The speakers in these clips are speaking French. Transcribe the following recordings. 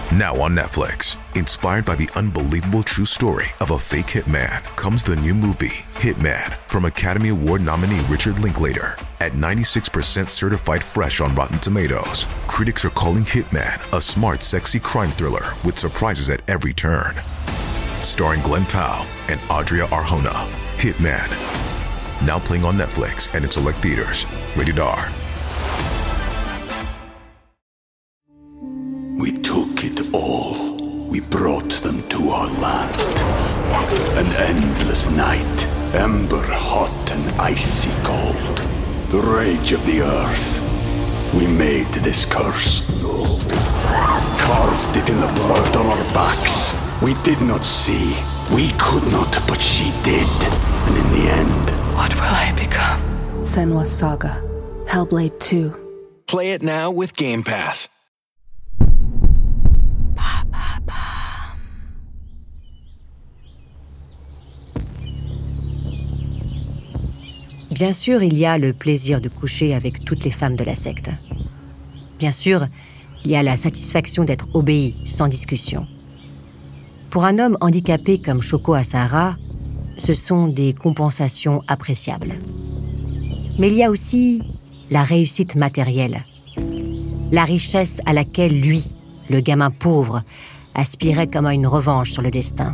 Now on Netflix, inspired by the unbelievable true story of a fake hitman, comes the new movie, Hitman, from Academy Award nominee Richard Linklater. At 96% certified fresh on Rotten Tomatoes, critics are calling Hitman a smart, sexy crime thriller with surprises at every turn. Starring Glenn Powell and Adria Arjona, Hitman. Now playing on Netflix and in select theaters. Rated R. We took it all. We brought them to our land. An endless night, ember hot and icy cold. The rage of the earth. We made this curse. Carved it in the blood on our backs. We did not see. We could not, but she did. And in the end... What will I become? Senua's Saga. Hellblade 2. Play it now with Game Pass. Bien sûr, il y a le plaisir de coucher avec toutes les femmes de la secte. Bien sûr, il y a la satisfaction d'être obéi sans discussion. Pour un homme handicapé comme Shoko Asahara, ce sont des compensations appréciables. Mais il y a aussi la réussite matérielle, la richesse à laquelle lui, le gamin pauvre, aspirait comme à une revanche sur le destin.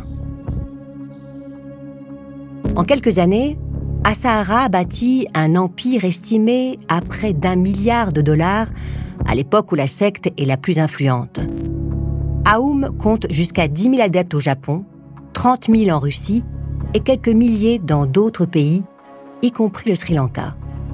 En quelques années, Asahara bâtit un empire estimé à près d'1 milliard de dollars à l'époque où la secte est la plus influente. Aum compte jusqu'à 10 000 adeptes au Japon, 30 000 en Russie et quelques milliers dans d'autres pays, y compris le Sri Lanka.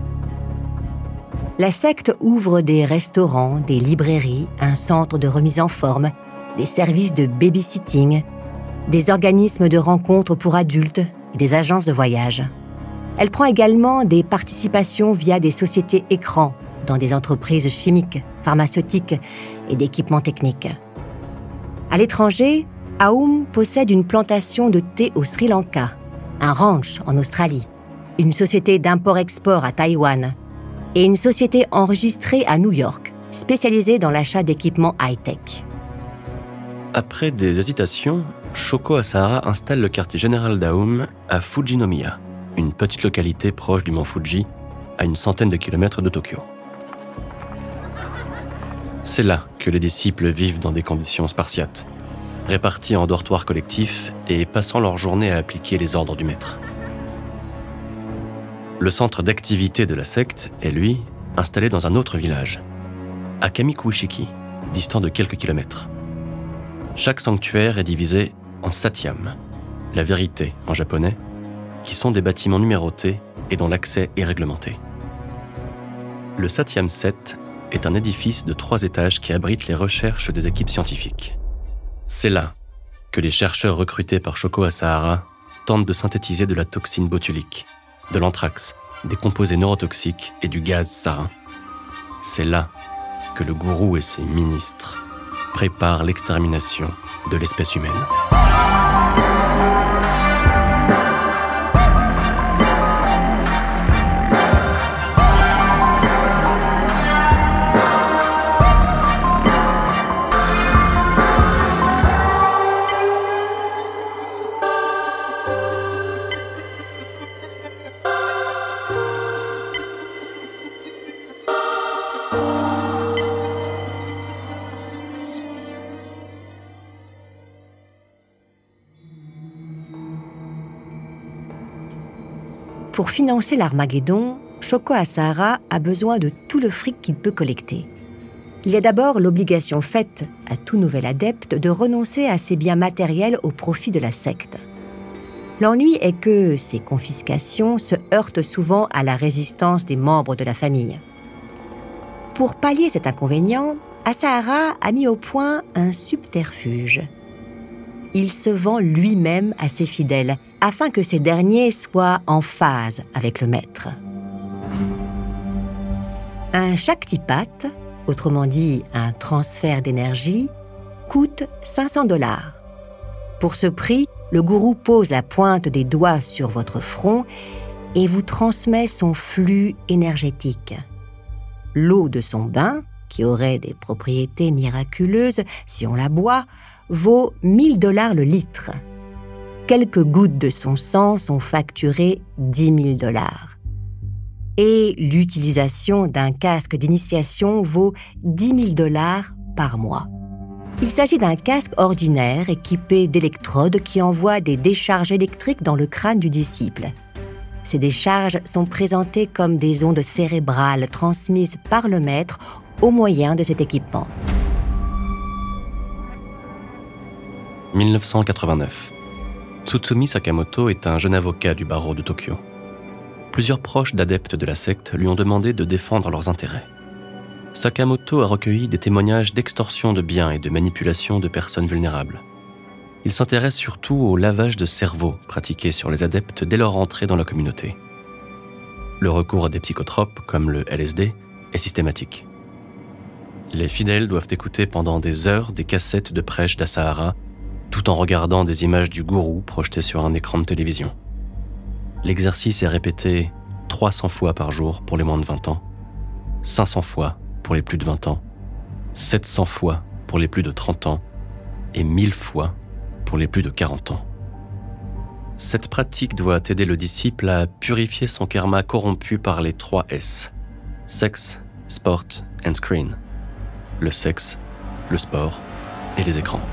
La secte ouvre des restaurants, des librairies, un centre de remise en forme, des services de babysitting, des organismes de rencontres pour adultes et des agences de voyage. Elle prend également des participations via des sociétés écrans dans des entreprises chimiques, pharmaceutiques et d'équipements techniques. À l'étranger, Aum possède une plantation de thé au Sri Lanka, un ranch en Australie, une société d'import-export à Taïwan et une société enregistrée à New York, spécialisée dans l'achat d'équipements high-tech. Après des hésitations, Shoko Asahara installe le quartier général d'Aum à Fujinomiya, une petite localité proche du mont Fuji, à une centaine de kilomètres de Tokyo. C'est là que les disciples vivent dans des conditions spartiates, répartis en dortoirs collectifs et passant leur journée à appliquer les ordres du maître. Le centre d'activité de la secte est, lui, installé dans un autre village, à Kamikuushiki, distant de quelques kilomètres. Chaque sanctuaire est divisé en satyam, la vérité en japonais, qui sont des bâtiments numérotés et dont l'accès est réglementé. Le Satyam 7 est un édifice de 3 étages qui abrite les recherches des équipes scientifiques. C'est là que les chercheurs recrutés par Shoko Asahara tentent de synthétiser de la toxine botulique, de l'anthrax, des composés neurotoxiques et du gaz sarin. C'est là que le gourou et ses ministres préparent l'extermination de l'espèce humaine. Pour financer l'Armageddon, Shoko Asahara a besoin de tout le fric qu'il peut collecter. Il y a d'abord l'obligation faite à tout nouvel adepte de renoncer à ses biens matériels au profit de la secte. L'ennui est que ces confiscations se heurtent souvent à la résistance des membres de la famille. Pour pallier cet inconvénient, Asahara a mis au point un subterfuge. Il se vend lui-même à ses fidèles, afin que ces derniers soient en phase avec le maître. Un Shaktipat, autrement dit un transfert d'énergie, coûte $500. Pour ce prix, le gourou pose la pointe des doigts sur votre front et vous transmet son flux énergétique. L'eau de son bain, qui aurait des propriétés miraculeuses si on la boit, vaut $1000 le litre. Quelques gouttes de son sang sont facturées $10 000. Et l'utilisation d'un casque d'initiation vaut $10 000 par mois. Il s'agit d'un casque ordinaire équipé d'électrodes qui envoient des décharges électriques dans le crâne du disciple. Ces décharges sont présentées comme des ondes cérébrales transmises par le maître au moyen de cet équipement. 1989. Tsutsumi Sakamoto est un jeune avocat du barreau de Tokyo. Plusieurs proches d'adeptes de la secte lui ont demandé de défendre leurs intérêts. Sakamoto a recueilli des témoignages d'extorsion de biens et de manipulation de personnes vulnérables. Il s'intéresse surtout au lavage de cerveau pratiqué sur les adeptes dès leur entrée dans la communauté. Le recours à des psychotropes, comme le LSD, est systématique. Les fidèles doivent écouter pendant des heures des cassettes de prêches d'Asahara, tout en regardant des images du gourou projetées sur un écran de télévision. L'exercice est répété 300 fois par jour pour les moins de 20 ans, 500 fois pour les plus de 20 ans, 700 fois pour les plus de 30 ans et 1000 fois pour les plus de 40 ans. Cette pratique doit aider le disciple à purifier son karma corrompu par les 3 S. Sex, sport and screen. Le sexe, le sport et les écrans.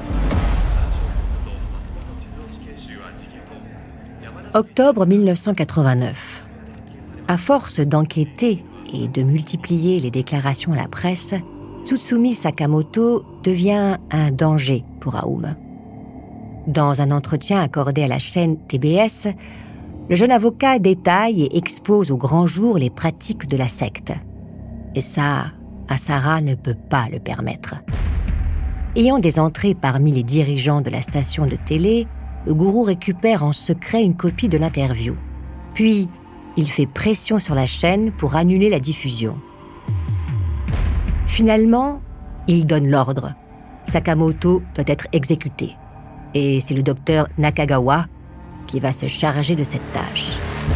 Octobre 1989. À force d'enquêter et de multiplier les déclarations à la presse, Tsutsumi Sakamoto devient un danger pour Aum. Dans un entretien accordé à la chaîne TBS, le jeune avocat détaille et expose au grand jour les pratiques de la secte. Et ça, Asahara ne peut pas le permettre. Ayant des entrées parmi les dirigeants de la station de télé, le gourou récupère en secret une copie de l'interview. Puis, il fait pression sur la chaîne pour annuler la diffusion. Finalement, il donne l'ordre. Sakamoto doit être exécuté. Et c'est le docteur Nakagawa qui va se charger de cette tâche.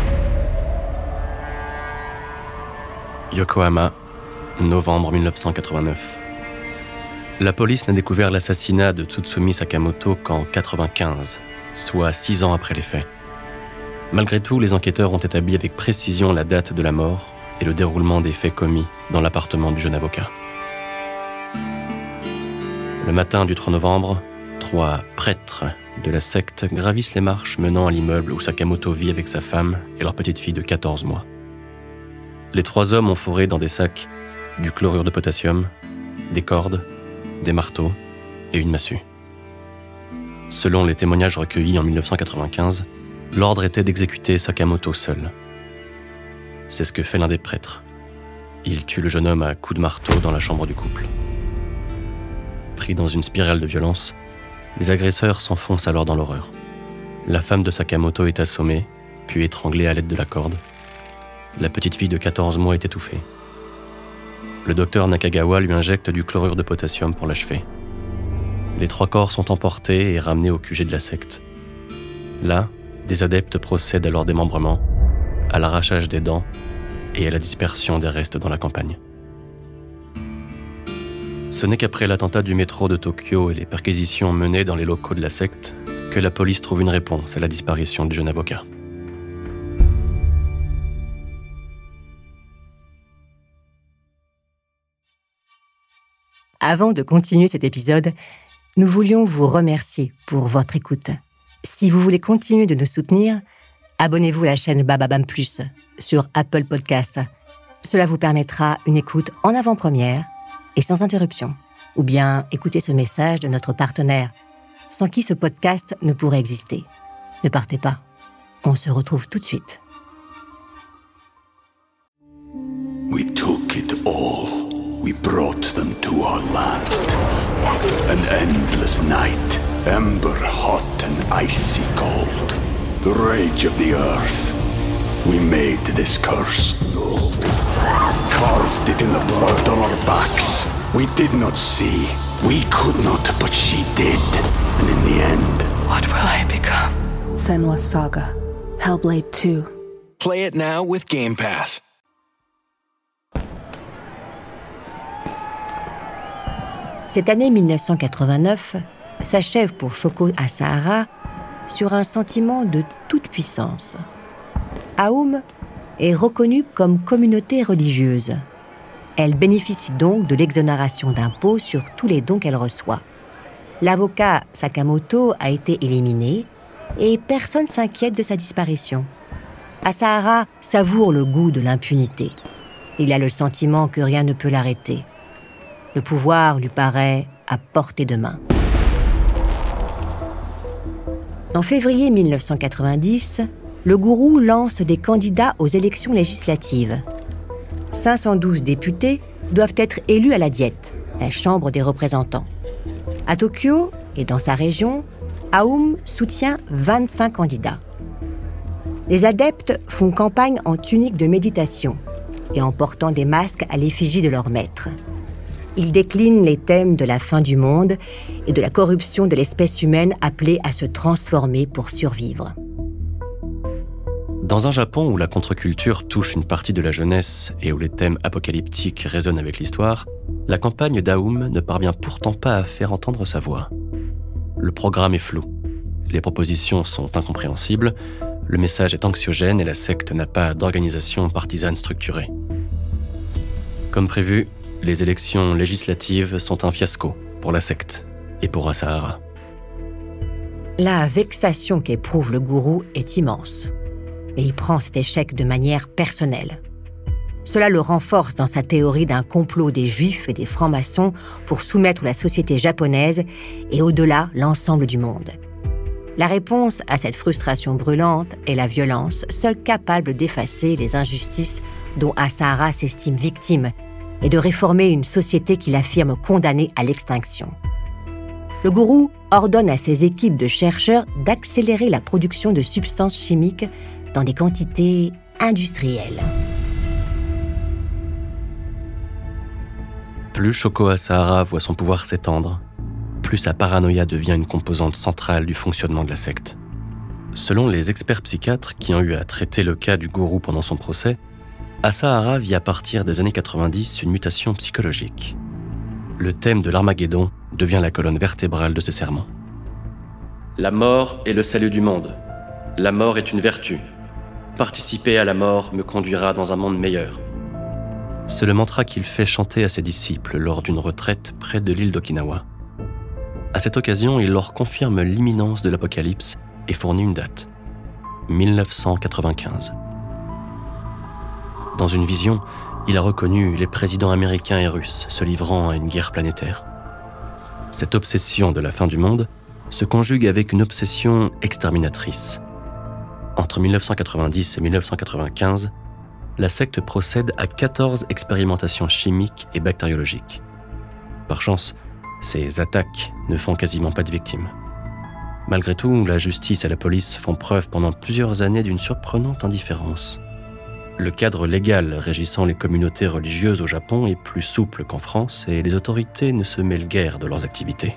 Yokohama, novembre 1989. La police n'a découvert l'assassinat de Tsutsumi Sakamoto qu'en 1995, soit 6 ans après les faits. Malgré tout, les enquêteurs ont établi avec précision la date de la mort et le déroulement des faits commis dans l'appartement du jeune avocat. Le matin du 3 novembre, 3 prêtres de la secte gravissent les marches menant à l'immeuble où Sakamoto vit avec sa femme et leur petite fille de 14 mois. Les 3 hommes ont fourré dans des sacs du chlorure de potassium, des cordes, des marteaux et une massue. Selon les témoignages recueillis en 1995, l'ordre était d'exécuter Sakamoto seul. C'est ce que fait l'un des prêtres. Il tue le jeune homme à coups de marteau dans la chambre du couple. Pris dans une spirale de violence, les agresseurs s'enfoncent alors dans l'horreur. La femme de Sakamoto est assommée, puis étranglée à l'aide de la corde. La petite fille de 14 mois est étouffée. Le docteur Nakagawa lui injecte du chlorure de potassium pour l'achever. Les 3 corps sont emportés et ramenés au QG de la secte. Là, des adeptes procèdent à leur démembrement, à l'arrachage des dents et à la dispersion des restes dans la campagne. Ce n'est qu'après l'attentat du métro de Tokyo et les perquisitions menées dans les locaux de la secte que la police trouve une réponse à la disparition du jeune avocat. Avant de continuer cet épisode, nous voulions vous remercier pour votre écoute. Si vous voulez continuer de nous soutenir, abonnez-vous à la chaîne Bababam Plus sur Apple Podcasts. Cela vous permettra une écoute en avant-première et sans interruption. Ou bien écoutez ce message de notre partenaire, sans qui ce podcast ne pourrait exister. Ne partez pas. On se retrouve tout de suite. We took it all. We brought them to our land. An endless night, ember hot and icy cold. The rage of the earth. We made this curse. Carved it in the blood on our backs. We did not see. We could not, but she did. And in the end, What will I become? Senua's Saga. Hellblade 2. Play it now with Game Pass. Cette année 1989 s'achève pour Shoko Asahara sur un sentiment de toute puissance. Aoum est reconnue comme communauté religieuse. Elle bénéficie donc de l'exonération d'impôts sur tous les dons qu'elle reçoit. L'avocat Sakamoto a été éliminé et personne s'inquiète de sa disparition. Asahara savoure le goût de l'impunité. Il a le sentiment que rien ne peut l'arrêter. Le pouvoir lui paraît à portée de main. En février 1990, le gourou lance des candidats aux élections législatives. 512 députés doivent être élus à la Diète, la Chambre des représentants. À Tokyo et dans sa région, Aoum soutient 25 candidats. Les adeptes font campagne en tunique de méditation et en portant des masques à l'effigie de leur maître. Ils déclinent les thèmes de la fin du monde et de la corruption de l'espèce humaine appelée à se transformer pour survivre. Dans un Japon où la contre-culture touche une partie de la jeunesse et où les thèmes apocalyptiques résonnent avec l'histoire, la campagne d'Aoum ne parvient pourtant pas à faire entendre sa voix. Le programme est flou, les propositions sont incompréhensibles, le message est anxiogène et la secte n'a pas d'organisation partisane structurée. Comme prévu, les élections législatives sont un fiasco pour la secte et pour Asahara. La vexation qu'éprouve le gourou est immense. Et il prend cet échec de manière personnelle. Cela le renforce dans sa théorie d'un complot des Juifs et des francs-maçons pour soumettre la société japonaise et au-delà l'ensemble du monde. La réponse à cette frustration brûlante est la violence, seule capable d'effacer les injustices dont Asahara s'estime victime et de réformer une société qu'il affirme condamnée à l'extinction. Le gourou ordonne à ses équipes de chercheurs d'accélérer la production de substances chimiques dans des quantités industrielles. Plus Shoko Asahara voit son pouvoir s'étendre, plus sa paranoïa devient une composante centrale du fonctionnement de la secte. Selon les experts psychiatres qui ont eu à traiter le cas du gourou pendant son procès, Asahara vit à partir des années 90 une mutation psychologique. Le thème de l'Armageddon devient la colonne vertébrale de ses sermons. La mort est le salut du monde. La mort est une vertu. Participer à la mort me conduira dans un monde meilleur. C'est le mantra qu'il fait chanter à ses disciples lors d'une retraite près de l'île d'Okinawa. À cette occasion, il leur confirme l'imminence de l'apocalypse et fournit une date, 1995. Dans une vision, il a reconnu les présidents américains et russes se livrant à une guerre planétaire. Cette obsession de la fin du monde se conjugue avec une obsession exterminatrice. Entre 1990 et 1995, la secte procède à 14 expérimentations chimiques et bactériologiques. Par chance, ces attaques ne font quasiment pas de victimes. Malgré tout, la justice et la police font preuve pendant plusieurs années d'une surprenante indifférence. Le cadre légal régissant les communautés religieuses au Japon est plus souple qu'en France et les autorités ne se mêlent guère de leurs activités.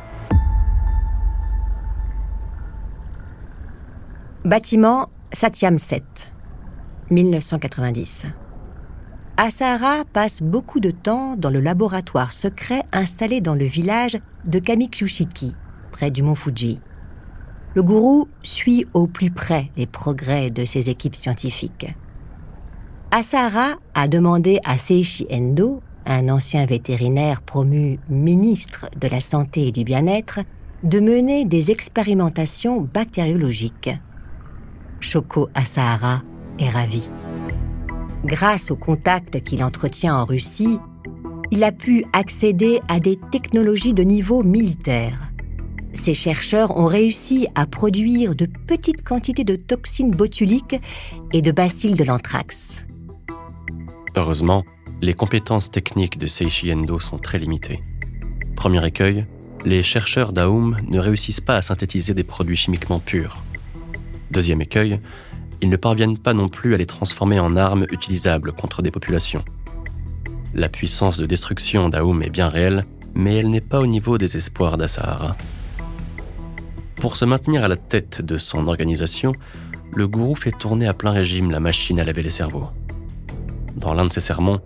Bâtiment Satyam 7, 1990. Asahara passe beaucoup de temps dans le laboratoire secret installé dans le village de Kamikyushiki, près du mont Fuji. Le gourou suit au plus près les progrès de ses équipes scientifiques. Asahara a demandé à Seishi Endo, un ancien vétérinaire promu ministre de la Santé et du Bien-être, de mener des expérimentations bactériologiques. Shoko Asahara est ravi. Grâce aux contacts qu'il entretient en Russie, il a pu accéder à des technologies de niveau militaire. Ces chercheurs ont réussi à produire de petites quantités de toxines botuliques et de bacilles de l'anthrax. Heureusement, les compétences techniques de Seishi Endo sont très limitées. Premier écueil, les chercheurs d'Aoum ne réussissent pas à synthétiser des produits chimiquement purs. Deuxième écueil, ils ne parviennent pas non plus à les transformer en armes utilisables contre des populations. La puissance de destruction d'Aoum est bien réelle, mais elle n'est pas au niveau des espoirs d'Asahara. Pour se maintenir à la tête de son organisation, le gourou fait tourner à plein régime la machine à laver les cerveaux. Dans l'un de ses sermons,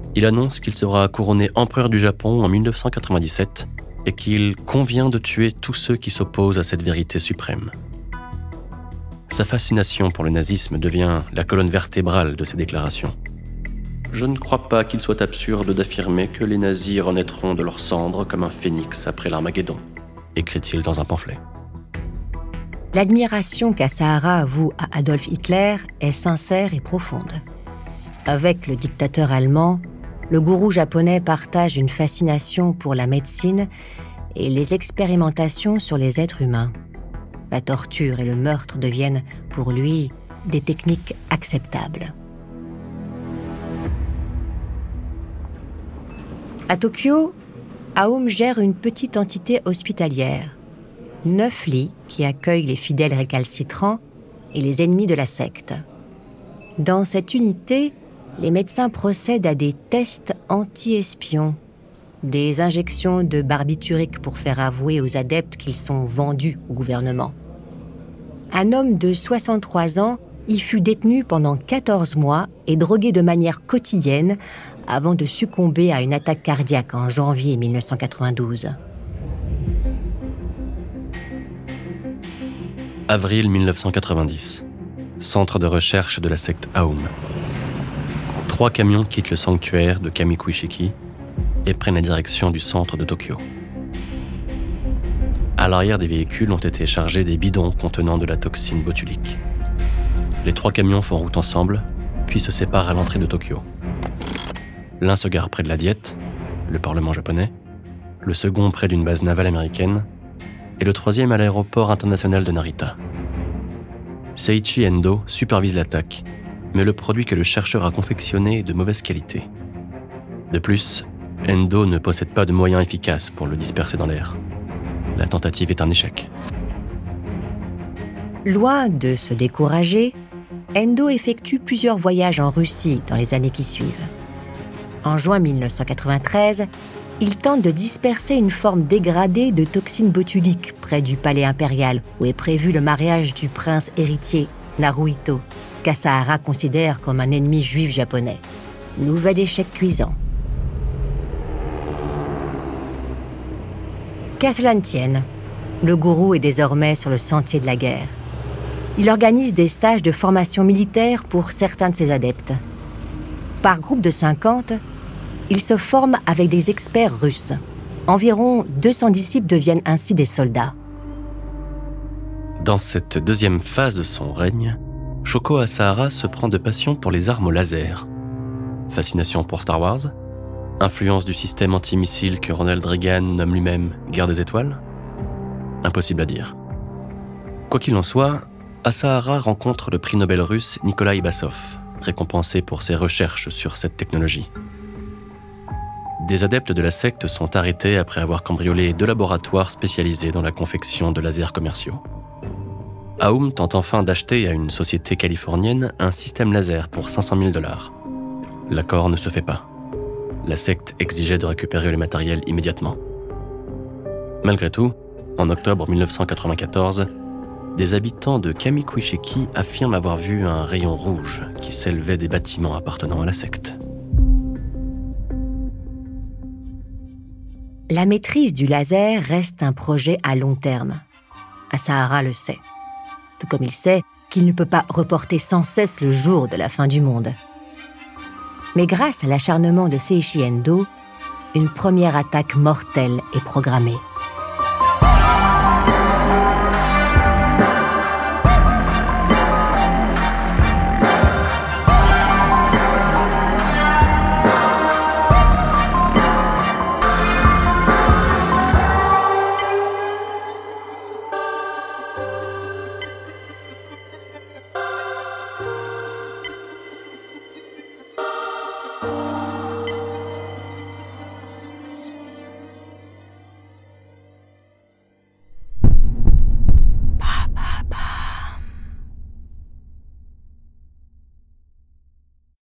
il annonce qu'il sera couronné empereur du Japon en 1997 et qu'il convient de tuer tous ceux qui s'opposent à cette vérité suprême. Sa fascination pour le nazisme devient la colonne vertébrale de ses déclarations. « Je ne crois pas qu'il soit absurde d'affirmer que les nazis renaîtront de leurs cendres comme un phénix après l'Armageddon », écrit-il dans un pamphlet. L'admiration qu'Asahara avoue à Adolf Hitler est sincère et profonde. Avec le dictateur allemand, le gourou japonais partage une fascination pour la médecine et les expérimentations sur les êtres humains. La torture et le meurtre deviennent, pour lui, des techniques acceptables. À Tokyo, Aum gère une petite entité hospitalière. 9 lits qui accueillent les fidèles récalcitrants et les ennemis de la secte. Dans cette unité, les médecins procèdent à des tests anti-espions, des injections de barbiturique pour faire avouer aux adeptes qu'ils sont vendus au gouvernement. Un homme de 63 ans y fut détenu pendant 14 mois et drogué de manière quotidienne avant de succomber à une attaque cardiaque en janvier 1992. Avril 1990. Centre de recherche de la secte Aum. 3 camions quittent le sanctuaire de Kamikuishiki et prennent la direction du centre de Tokyo. À l'arrière des véhicules ont été chargés des bidons contenant de la toxine botulique. Les 3 camions font route ensemble, puis se séparent à l'entrée de Tokyo. L'un se gare près de la Diète, le Parlement japonais, le second près d'une base navale américaine, et le 3e à l'aéroport international de Narita. Seiichi Endo supervise l'attaque, mais le produit que le chercheur a confectionné est de mauvaise qualité. De plus, Endo ne possède pas de moyens efficaces pour le disperser dans l'air. La tentative est un échec. Loin de se décourager, Endo effectue plusieurs voyages en Russie dans les années qui suivent. En juin 1993, il tente de disperser une forme dégradée de toxine botulique près du palais impérial où est prévu le mariage du prince héritier, Naruhito, qu'Asahara considère comme un ennemi juif japonais. Nouvel échec cuisant. Qu'à cela ne tienne, le gourou est désormais sur le sentier de la guerre. Il organise des stages de formation militaire pour certains de ses adeptes. Par groupe de 50, il se forme avec des experts russes. Environ 200 disciples deviennent ainsi des soldats. Dans cette deuxième phase de son règne, Shoko Asahara se prend de passion pour les armes au laser. Fascination pour Star Wars ? Influence du système antimissile que Ronald Reagan nomme lui-même « Guerre des étoiles » ? Impossible à dire. Quoi qu'il en soit, Asahara rencontre le prix Nobel russe Nikolai Bassov, récompensé pour ses recherches sur cette technologie. Des adeptes de la secte sont arrêtés après avoir cambriolé 2 laboratoires spécialisés dans la confection de lasers commerciaux. Aum tente enfin d'acheter à une société californienne un système laser pour $500 000. L'accord ne se fait pas. La secte exigeait de récupérer le matériel immédiatement. Malgré tout, en octobre 1994, des habitants de Kamikuishiki affirment avoir vu un rayon rouge qui s'élevait des bâtiments appartenant à la secte. La maîtrise du laser reste un projet à long terme. Asahara le sait. Tout comme il sait qu'il ne peut pas reporter sans cesse le jour de la fin du monde. Mais grâce à l'acharnement de Seiichi Endo, une première attaque mortelle est programmée.